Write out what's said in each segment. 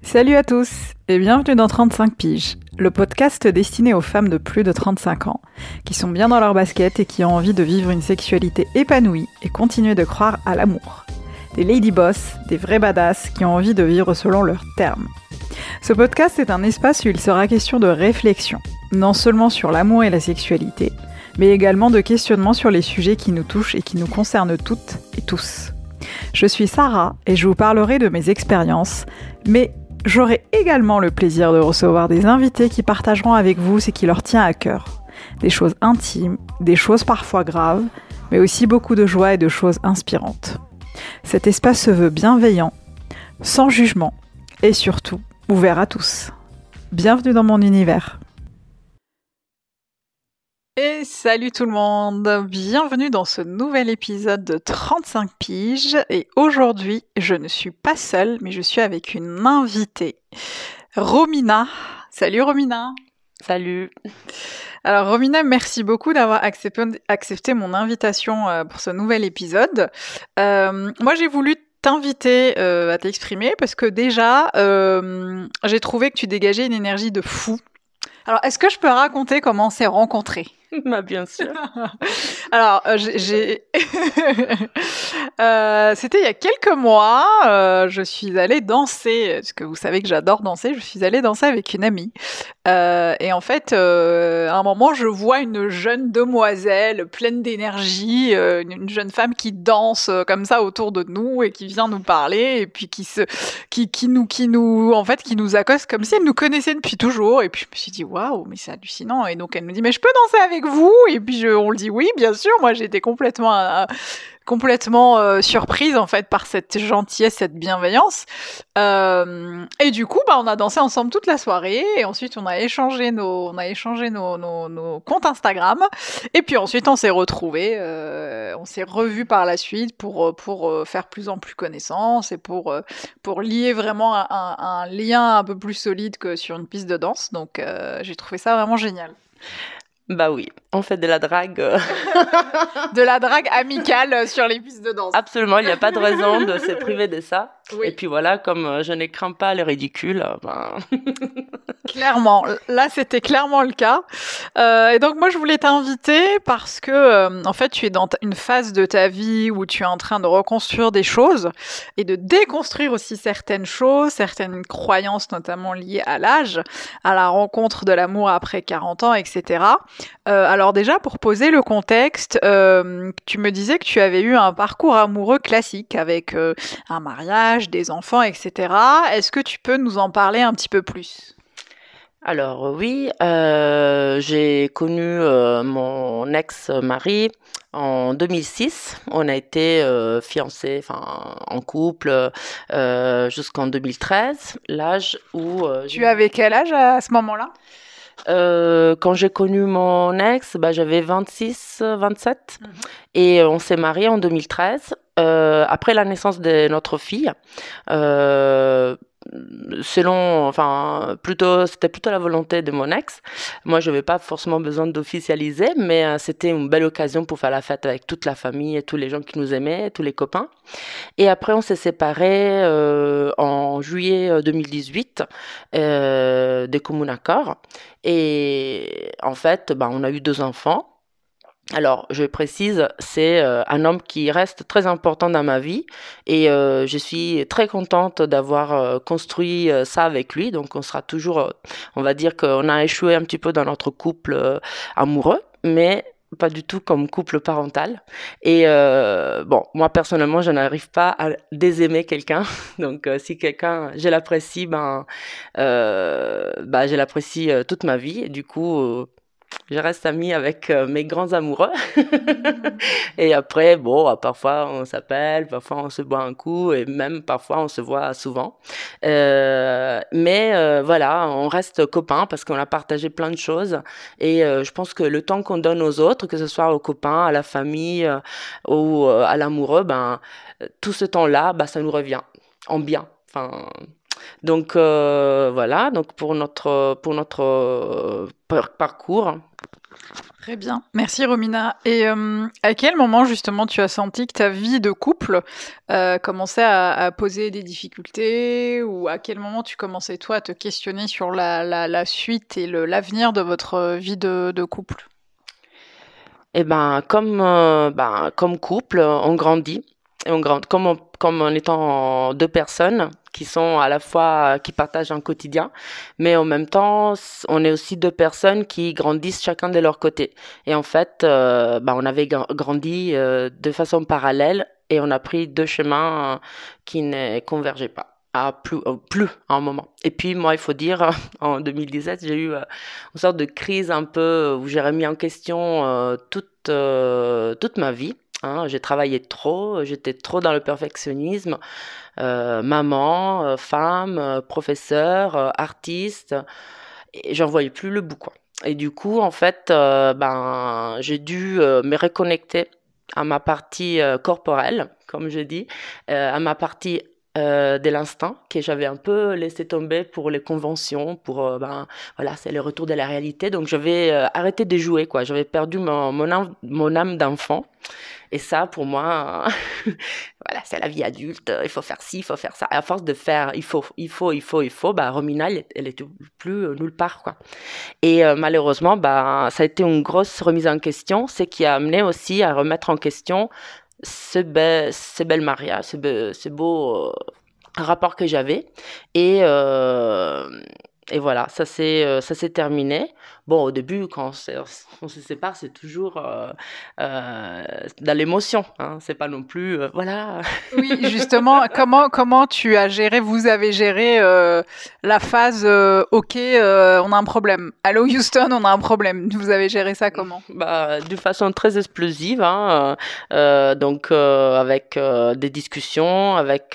Salut à tous et bienvenue dans 35 piges, le podcast destiné aux femmes de plus de 35 ans, qui sont bien dans leur basket et qui ont envie de vivre une sexualité épanouie et continuer de croire à l'amour. Des lady boss, des vrais badass qui ont envie de vivre selon leurs termes. Ce podcast est un espace où il sera question de réflexion, non seulement sur l'amour et la sexualité, mais également de questionnement sur les sujets qui nous touchent et qui nous concernent toutes et tous. Je suis Sarah et je vous parlerai de mes expériences, mais j'aurai également le plaisir de recevoir des invités qui partageront avec vous ce qui leur tient à cœur. Des choses intimes, des choses parfois graves, mais aussi beaucoup de joie et de choses inspirantes. Cet espace se veut bienveillant, sans jugement et surtout ouvert à tous. Bienvenue dans mon univers. Et salut tout le monde, bienvenue dans ce nouvel épisode de 35 piges. Et aujourd'hui, je ne suis pas seule, mais je suis avec une invitée, Romina. Salut Romina. Salut. Alors Romina, merci beaucoup d'avoir accepté mon invitation pour ce nouvel épisode. Moi j'ai voulu t'inviter à t'exprimer parce que déjà, j'ai trouvé que tu dégageais une énergie de fou. Alors, est-ce que je peux raconter comment on s'est rencontrés ? Bah, bien sûr. Alors, c'était il y a quelques mois, je suis allée danser, parce que vous savez que j'adore danser, je suis allée danser avec une amie. Et en fait, à un moment, je vois une jeune demoiselle pleine d'énergie, une jeune femme qui danse comme ça autour de nous et qui vient nous parler et puis qui nous accoste comme si elle nous connaissait depuis toujours. Et puis je me suis dit waouh, mais c'est hallucinant. Et donc elle nous dit mais je peux danser avec vous ? Et puis on le dit oui, bien sûr. Moi j'étais complètement surprise en fait par cette gentillesse, cette bienveillance. Et du coup, on a dansé ensemble toute la soirée. Et ensuite, on a échangé nos comptes Instagram. Et puis ensuite, on s'est retrouvés, on s'est revus par la suite pour faire plus en plus connaissance et pour lier vraiment un lien un peu plus solide que sur une piste de danse. Donc, j'ai trouvé ça vraiment génial. Bah oui, on fait de la drague. De la drague amicale sur les pistes de danse. Absolument, il n'y a pas de raison de se priver de ça. Oui. Et puis voilà, comme je ne crains pas le ridicule, Clairement, là c'était clairement le cas. Et donc moi je voulais t'inviter parce que en fait tu es dans une phase de ta vie où tu es en train de reconstruire des choses et de déconstruire aussi certaines choses, certaines croyances notamment liées à l'âge, à la rencontre de l'amour après 40 ans, etc. Alors déjà pour poser le contexte, tu me disais que tu avais eu un parcours amoureux classique avec un mariage, des enfants, etc. Est-ce que tu peux nous en parler un petit peu plus ? Alors oui, j'ai connu mon ex-mari en 2006. On a été fiancés, en couple jusqu'en 2013, l'âge où... Tu avais quel âge à ce moment-là ? Quand j'ai connu mon ex, j'avais 26, 27 et on s'est mariés en 2013 après la naissance de notre fille. C'était plutôt la volonté de mon ex. Moi, je n'avais pas forcément besoin d'officialiser, mais c'était une belle occasion pour faire la fête avec toute la famille et tous les gens qui nous aimaient, tous les copains. Et après, on s'est séparés en juillet 2018 de commun accord. Et en fait, on a eu 2 enfants. Alors, je précise, c'est un homme qui reste très important dans ma vie et je suis très contente d'avoir construit ça avec lui. Donc, on sera toujours, on va dire qu'on a échoué un petit peu dans notre couple amoureux, mais pas du tout comme couple parental. Et moi personnellement, je n'arrive pas à désaimer quelqu'un. Donc, si quelqu'un, je l'apprécie, je l'apprécie toute ma vie. Et du coup, je reste amie avec mes grands amoureux. Et après, parfois on s'appelle, parfois on se boit un coup et même parfois on se voit souvent. Mais voilà, on reste copains parce qu'on a partagé plein de choses. Et je pense que le temps qu'on donne aux autres, que ce soit aux copains, à la famille ou à l'amoureux, tout ce temps-là, ça nous revient en bien. Donc voilà, donc pour notre parcours. Très bien. Merci Romina. Et à quel moment justement tu as senti que ta vie de couple commençait à poser des difficultés, ou à quel moment tu commençais toi à te questionner sur la suite et l'avenir de votre vie de couple? Et comme couple, on grandit. Et comme en étant deux personnes qui sont à la fois, qui partagent un quotidien, mais en même temps, on est aussi deux personnes qui grandissent chacun de leur côté. Et en fait, on avait grandi de façon parallèle et on a pris deux chemins qui ne convergeaient pas. Plus à un moment. Et puis moi, il faut dire, en 2017, j'ai eu une sorte de crise un peu où j'ai remis en question toute ma vie. Hein. J'ai travaillé trop, j'étais trop dans le perfectionnisme. Maman, femme, professeur, artiste, et j'en voyais plus le bout, quoi. Et du coup, en fait, j'ai dû me reconnecter à ma partie corporelle, comme je dis, à ma partie de l'instinct que j'avais un peu laissé tomber pour les conventions, pour voilà, c'est le retour de la réalité. Donc je vais arrêter de jouer, quoi. J'avais perdu mon âme d'enfant. Et ça, pour moi, voilà, c'est la vie adulte. Il faut faire ci, il faut faire ça. Et à force de faire, il faut, Romina, elle était plus nulle part, quoi. Et malheureusement, ça a été une grosse remise en question, ce qui a amené aussi à remettre en question ce bel mariage, ce beau rapport que j'avais. Et, euh, et voilà, ça s'est terminé. Bon, au début, quand on se sépare, c'est toujours dans l'émotion. Hein. C'est pas non plus, voilà. Oui, justement, comment tu as géré, vous avez géré la phase OK, on a un problème. Allô Houston, on a un problème. Vous avez géré ça comment? D'une façon très explosive, hein, donc avec des discussions, avec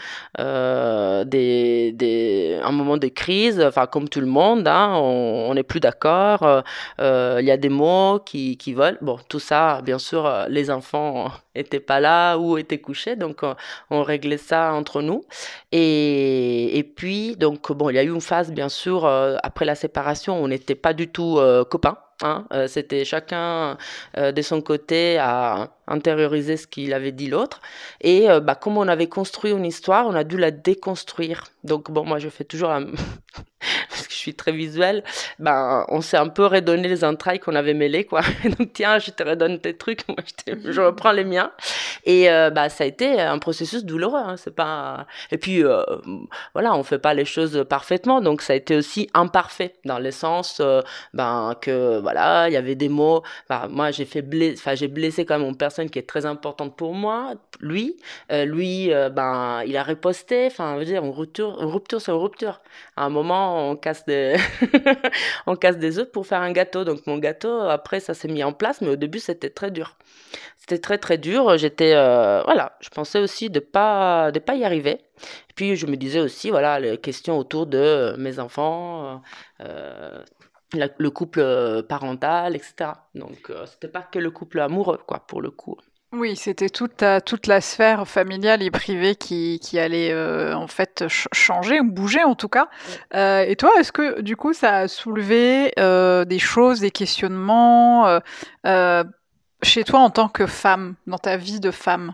un moment de crise, enfin comme tout le monde, hein, on n'est plus d'accord, il y a des mots qui volent. Bon, tout ça, bien sûr, les enfants étaient pas là ou étaient couchés, donc on réglait ça entre nous. Et puis, donc bon, il y a eu une phase, bien sûr, après la séparation, on n'était pas du tout copains. Hein, c'était chacun de son côté à intérioriser ce qu'il avait dit l'autre. Et comme on avait construit une histoire, on a dû la déconstruire. Donc bon, moi je fais toujours parce que je suis très visuelle, on s'est un peu redonné les entrailles qu'on avait mêlées, quoi. Donc tiens, je te redonne tes trucs, moi je reprends les miens. Et ça a été un processus douloureux. Hein, c'est pas. Et puis voilà, on fait pas les choses parfaitement, donc ça a été aussi imparfait dans le sens que voilà, il y avait des mots. Moi, j'ai blessé quand même une personne qui est très importante pour moi. Lui, il a riposté. Enfin, je veux dire, une rupture, c'est une rupture. À un moment, on casse on casse des œufs pour faire un gâteau. Donc mon gâteau, après, ça s'est mis en place, mais au début, c'était très dur. C'était très très dur. Voilà, je pensais aussi de pas y arriver. Et puis je me disais aussi, voilà, les questions autour de mes enfants, le couple parental, etc. Donc c'était pas que le couple amoureux, quoi, pour le coup. Oui, c'était toute la sphère familiale et privée qui allait en fait changer ou bouger en tout cas. Et toi, est-ce que du coup ça a soulevé des choses, des questionnements chez toi en tant que femme, dans ta vie de femme?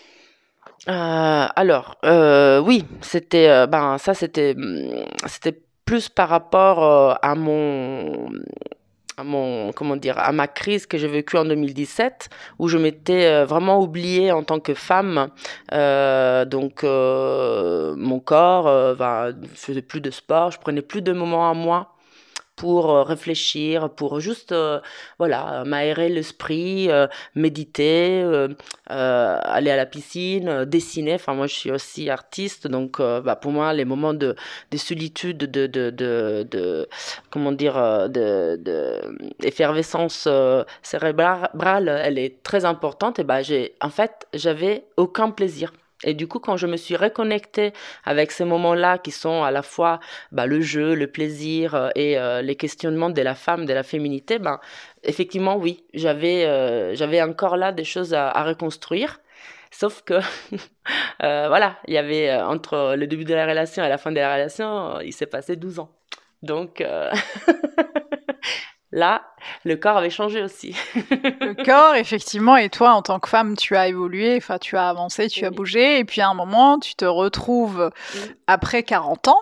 Oui, c'était plus par rapport comment dire, à ma crise que j'ai vécue en 2017, où je m'étais vraiment oubliée en tant que femme. Mon corps, je faisais plus de sport, je prenais plus de moments à moi pour réfléchir, pour juste voilà, m'aérer l'esprit, méditer, aller à la piscine, dessiner. Enfin, moi, je suis aussi artiste, donc pour moi, les moments de solitude, comment dire, effervescence cérébrale, elle est très importante. Et en fait, j'avais aucun plaisir. Et du coup, quand je me suis reconnectée avec ces moments-là qui sont à la fois le jeu, le plaisir et les questionnements de la femme, de la féminité, effectivement, oui, j'avais encore là des choses à reconstruire. Sauf que, voilà, il y avait entre le début de la relation et la fin de la relation, il s'est passé 12 ans. Donc, là, le corps avait changé aussi. Le corps, effectivement, et toi, en tant que femme, tu as évolué, enfin, tu as avancé, tu as bougé, et puis à un moment, tu te retrouves après 40 ans,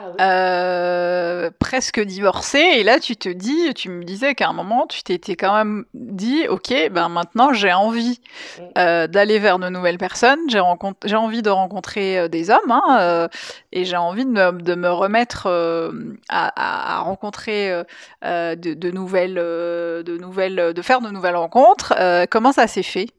presque divorcée, et là, tu me disais qu'à un moment, tu t'étais quand même dit, ok, ben maintenant, j'ai envie d'aller vers de nouvelles personnes, j'ai envie de rencontrer des hommes, et j'ai envie de me remettre à rencontrer de faire de nouvelles rencontres. Comment ça s'est fait?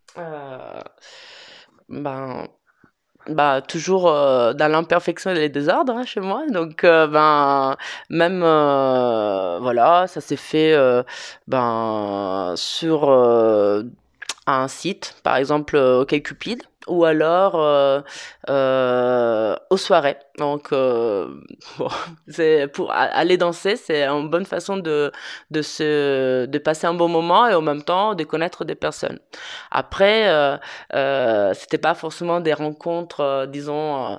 Ben, toujours dans l'imperfection et les désordres chez moi. Donc, même, voilà, ça s'est fait sur un site, par exemple OkCupid, ou alors aux soirées. Donc, bon, c'est pour aller danser, c'est une bonne façon de passer un bon moment et en même temps de connaître des personnes. Après, c'était pas forcément des rencontres, disons,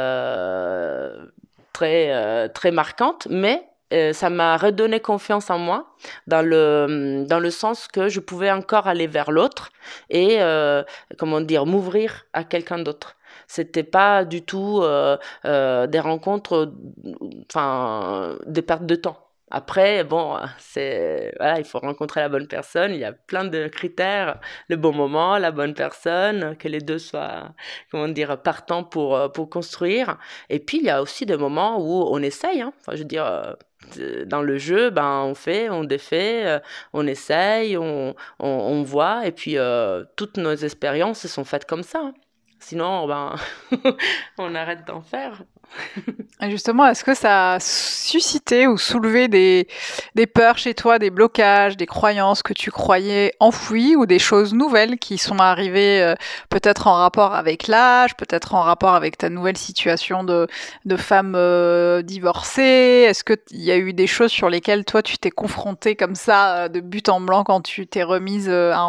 très marquantes, mais ça m'a redonné confiance en moi dans le sens que je pouvais encore aller vers l'autre et m'ouvrir à quelqu'un d'autre. C'était pas du tout des rencontres, enfin des pertes de temps. Après, bon, voilà, il faut rencontrer la bonne personne. Il y a plein de critères, le bon moment, la bonne personne, que les deux soient, partants pour construire. Et puis, il y a aussi des moments où on essaye, hein. Enfin, je veux dire, dans le jeu, on fait, on défait, on essaye, on voit. Et puis, toutes nos expériences sont faites comme ça, hein. Sinon, on arrête d'en faire. Et justement, est-ce que ça a suscité ou soulevé des peurs chez toi, des blocages, des croyances que tu croyais enfouies ou des choses nouvelles qui sont arrivées peut-être en rapport avec l'âge, peut-être en rapport avec ta nouvelle situation de femme divorcée? Est-ce qu'il y a eu des choses sur lesquelles toi tu t'es confrontée comme ça de but en blanc quand tu t'es remise à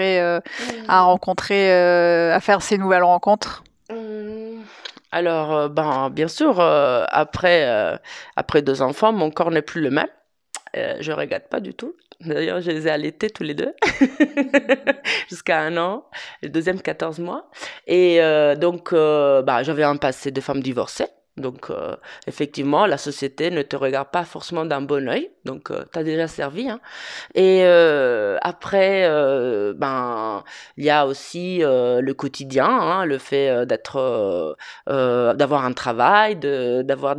faire ces nouvelles rencontres? Alors, bien sûr, après 2 enfants, mon corps n'est plus le même. Je regrette pas du tout. D'ailleurs, je les ai allaités tous les deux jusqu'à 1 an, le deuxième 14 mois. Et donc, j'avais un passé de femme divorcée. Donc, effectivement, la société ne te regarde pas forcément d'un bon œil. Donc, t'as déjà servi, hein. Et après, il y a aussi le quotidien, hein, le fait d'avoir un travail, d'avoir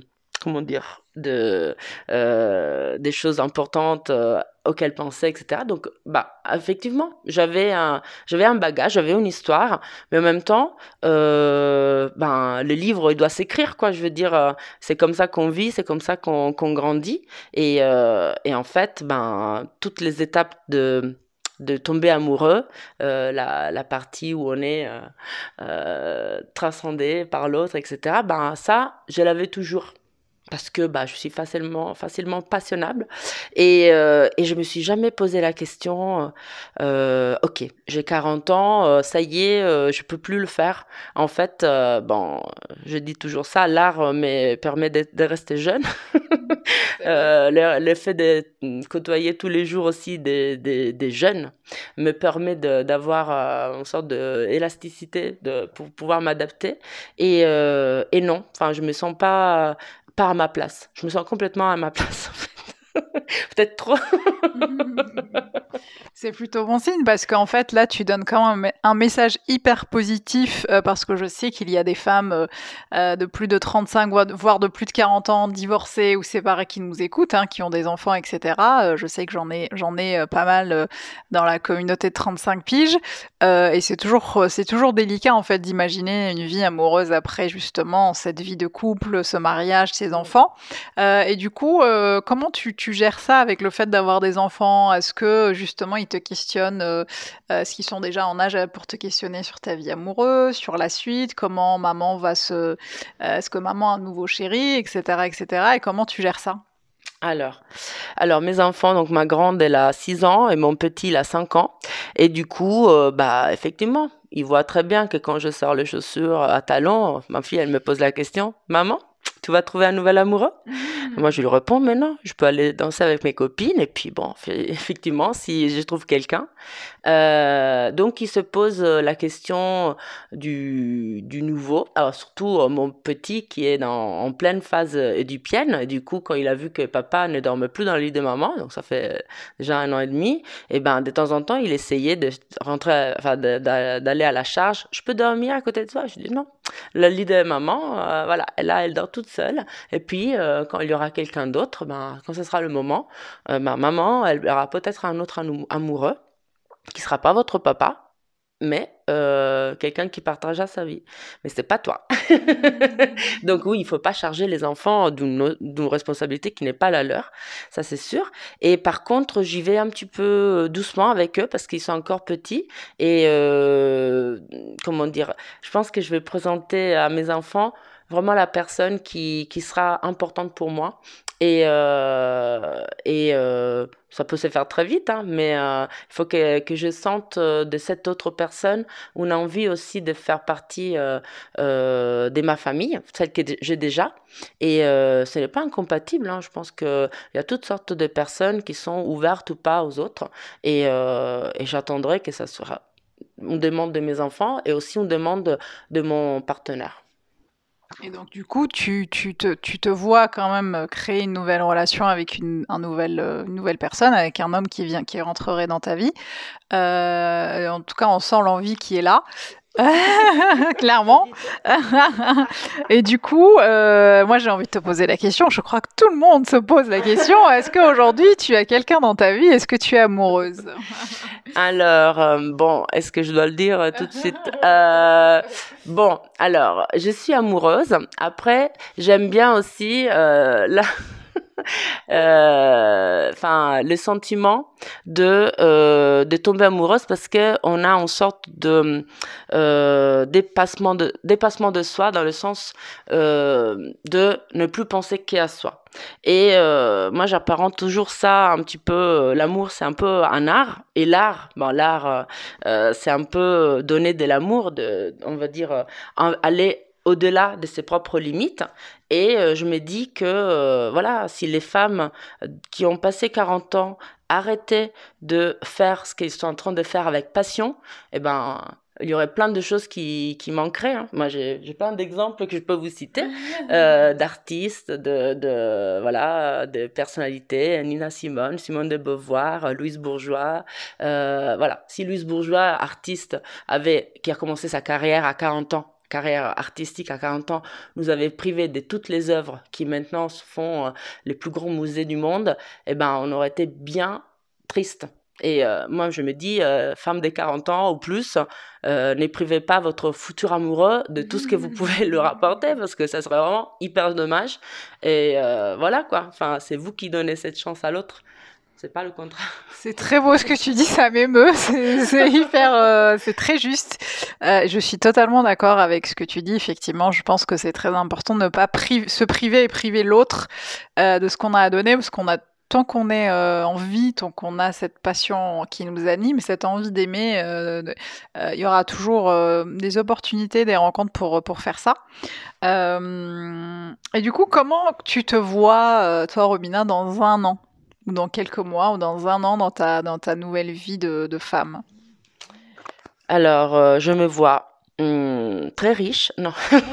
des choses importantes auxquelles penser, etc. Donc, effectivement, j'avais un bagage, j'avais une histoire, mais en même temps, le livre, il doit s'écrire, quoi. Je veux dire, c'est comme ça qu'on vit, c'est comme ça qu'on grandit. Et en fait, toutes les étapes de tomber amoureux, la partie où on est transcendé par l'autre, etc. Ça, je l'avais toujours. Parce que je suis facilement passionnable et je me suis jamais posé la question ok, j'ai 40 ans, ça y est, je peux plus le faire. En fait, je dis toujours ça, l'art permet de rester jeune. Le fait de côtoyer tous les jours aussi des jeunes me permet d'avoir une sorte d'élasticité pour pouvoir m'adapter et non, enfin je me sens pas à ma place. Je me sens complètement à ma place, en fait. Peut-être trop. C'est plutôt bon signe parce qu'en fait, là, tu donnes quand même un message hyper positif parce que je sais qu'il y a des femmes de plus de 35, voire de plus de 40 ans, divorcées ou séparées qui nous écoutent, hein, qui ont des enfants, etc. Je sais que j'en ai pas mal dans la communauté de 35 piges. Et c'est toujours délicat, en fait, d'imaginer une vie amoureuse après, justement, cette vie de couple, ce mariage, ces enfants. Et du coup, comment tu gères ça avec le fait d'avoir des enfants? Est-ce que, justement, ils te questionnent, est-ce qu'ils sont déjà en âge pour te questionner sur ta vie amoureuse, sur la suite, comment maman est-ce que maman a un nouveau chéri, etc., etc., et comment tu gères ça? Alors, mes enfants, donc ma grande, elle a 6 ans et mon petit, il a 5 ans. Et du coup, effectivement, ils voient très bien que quand je sors les chaussures à talons, ma fille, elle me pose la question, « Maman, tu vas trouver un nouvel amoureux ?» Moi, je lui réponds, mais non, je peux aller danser avec mes copines. Et puis, bon, effectivement, si je trouve quelqu'un. Donc, il se pose la question du nouveau. Alors, surtout mon petit qui est en pleine phase édupienne. Et du coup, quand il a vu que papa ne dormait plus dans le lit de maman, donc ça fait déjà 1 an et demi, et ben, de temps en temps, il essayait de rentrer, enfin, d'aller à la charge. Je peux dormir à côté de toi? Je dis non. Le lit de maman, voilà, elle dort toute seule. Et puis, quand il y aura quelqu'un d'autre, ben, quand ce sera le moment, ma maman, elle aura peut-être un autre amoureux qui sera pas votre papa, mais quelqu'un qui partagera sa vie. Mais c'est pas toi. Donc oui, il faut pas charger les enfants d'une responsabilité qui n'est pas la leur, ça c'est sûr. Et par contre, j'y vais un petit peu doucement avec eux parce qu'ils sont encore petits. Et comment dire, je pense que je vais présenter à mes enfants vraiment la personne qui sera importante pour moi. Et ça peut se faire très vite, hein, mais il faut que je sente de cette autre personne une envie aussi de faire partie de ma famille, celle que j'ai déjà. Et ce n'est pas incompatible, hein. Je pense qu'il y a toutes sortes de personnes qui sont ouvertes ou pas aux autres. Et j'attendrai que ça sera une demande de mes enfants et aussi une demande de mon partenaire. Et donc, du coup, tu te vois quand même créer une nouvelle relation avec une nouvelle personne, avec un homme qui rentrerait dans ta vie. En tout cas, on sent l'envie qui est là. Clairement. Et du coup, moi j'ai envie de te poser la question, je crois que tout le monde se pose la question, est-ce qu'aujourd'hui tu as quelqu'un dans ta vie, est-ce que tu es amoureuse? Alors, bon, est-ce que je dois le dire tout de suite? Bon, alors, je suis amoureuse. Après, j'aime bien aussi le sentiment de tomber amoureuse parce que on a une sorte de dépassement de soi dans le sens de ne plus penser qu'à soi. Et moi j'apparente toujours ça un petit peu, l'amour c'est un peu un art, et l'art c'est un peu donner de l'amour, on va dire aller au-delà de ses propres limites. Et je me dis que voilà, si les femmes qui ont passé 40 ans arrêtaient de faire ce qu'elles sont en train de faire avec passion, eh ben il y aurait plein de choses qui manqueraient, hein. Moi, j'ai plein d'exemples que je peux vous citer, d'artistes, de personnalités, Nina Simone, Simone de Beauvoir, Louise Bourgeois. Voilà. Si Louise Bourgeois, artiste, qui a commencé sa carrière à 40 ans, carrière artistique à 40 ans, nous avait privé de toutes les œuvres qui maintenant font les plus grands musées du monde, eh ben, on aurait été bien triste. Et moi, je me dis, femme de 40 ans ou plus, ne privez pas votre futur amoureux de tout ce que vous pouvez leur apporter, parce que ça serait vraiment hyper dommage. Et voilà, quoi. Enfin, c'est vous qui donnez cette chance à l'autre. C'est pas le contraire. C'est très beau ce que tu dis, ça m'émeut. C'est hyper, c'est très juste. Je suis totalement d'accord avec ce que tu dis. Effectivement, je pense que c'est très important de ne pas se priver et priver l'autre de ce qu'on a à donner, parce qu'on a tant qu'on est en vie, tant qu'on a cette passion qui nous anime, cette envie d'aimer, il y aura toujours des opportunités, des rencontres pour faire ça. Et du coup, comment tu te vois, toi, Romina, dans 1 an? Ou dans quelques mois, ou dans 1 an dans ta nouvelle vie de femme? Alors, je me vois très riche, non.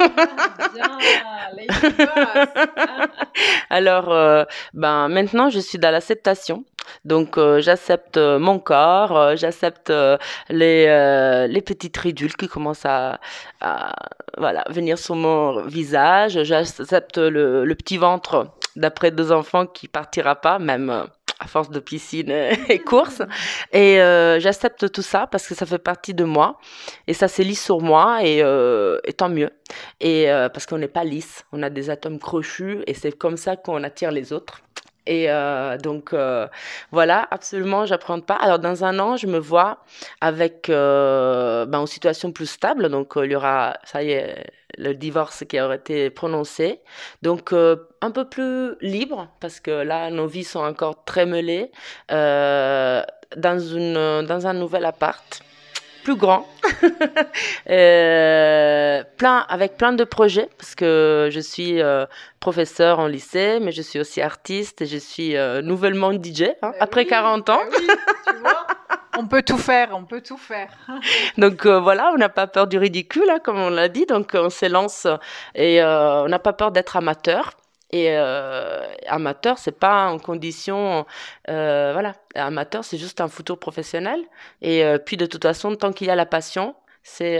Alors, maintenant, je suis dans l'acceptation. Donc, j'accepte mon corps, j'accepte les petites ridules qui commencent à venir sur mon visage. J'accepte le petit ventre d'après 2 enfants qui partira pas, même à force de piscine et courses. Et j'accepte tout ça parce que ça fait partie de moi et ça se lit sur moi et tant mieux. Et parce qu'on n'est pas lisse, on a des atomes crochus et c'est comme ça qu'on attire les autres. Et donc voilà, absolument, j'apprends pas. Alors dans 1 an, je me vois avec une situation plus stable. Donc il y aura, ça y est, le divorce qui aurait été prononcé. Donc un peu plus libre parce que là, nos vies sont encore très mêlées dans un nouvel appart. plus grand, avec plein de projets, parce que je suis professeur en lycée, mais je suis aussi artiste et je suis nouvellement DJ, après 40 ans. Oui, tu vois, on peut tout faire. Donc voilà, on n'a pas peur du ridicule, comme on l'a dit, donc on s'élance et on n'a pas peur d'être amateur. Et amateur, c'est pas en condition, voilà. Amateur, c'est juste un futur professionnel. Et puis de toute façon, tant qu'il y a la passion, c'est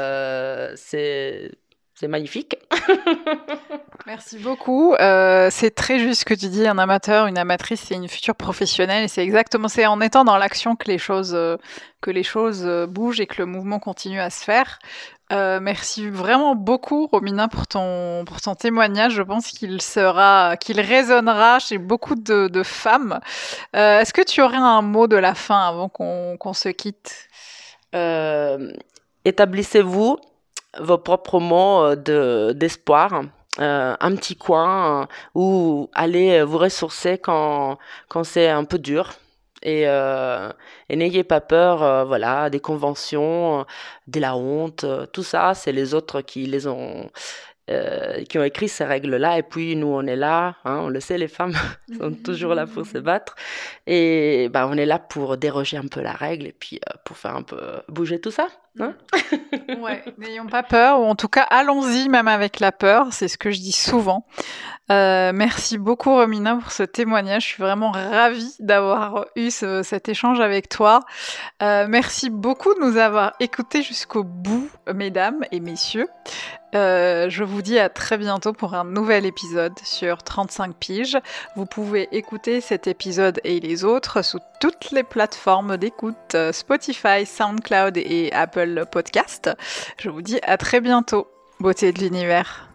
magnifique. Merci beaucoup. C'est très juste ce que tu dis. Un amateur, une amatrice, c'est une future professionnelle. Et c'est exactement, c'est en étant dans l'action que les choses bougent et que le mouvement continue à se faire. Merci vraiment beaucoup, Romina, pour ton témoignage. Je pense qu'il résonnera chez beaucoup de femmes. Est-ce que tu aurais un mot de la fin avant qu'on se quitte? Établissez-vous vos propres mots d'espoir. Un petit coin où aller vous ressourcer quand c'est un peu dur. Et n'ayez pas peur, voilà, des conventions, de la honte, tout ça, c'est les autres qui ont écrit ces règles-là, et puis nous on est là, on le sait, les femmes sont toujours là pour se battre, et on est là pour déroger un peu la règle, et puis pour faire un peu bouger tout ça. Ouais, n'ayons pas peur, ou en tout cas allons-y même avec la peur, c'est ce que je dis souvent. Merci beaucoup, Romina, pour ce témoignage. Je suis vraiment ravie d'avoir eu cet échange avec toi. Merci beaucoup de nous avoir écoutés jusqu'au bout, mesdames et messieurs. Je vous dis à très bientôt pour un nouvel épisode sur 35 piges. Vous pouvez écouter cet épisode et les autres sous toutes les plateformes d'écoute, Spotify, SoundCloud et Apple Podcast. Je vous dis à très bientôt. Beauté de l'univers.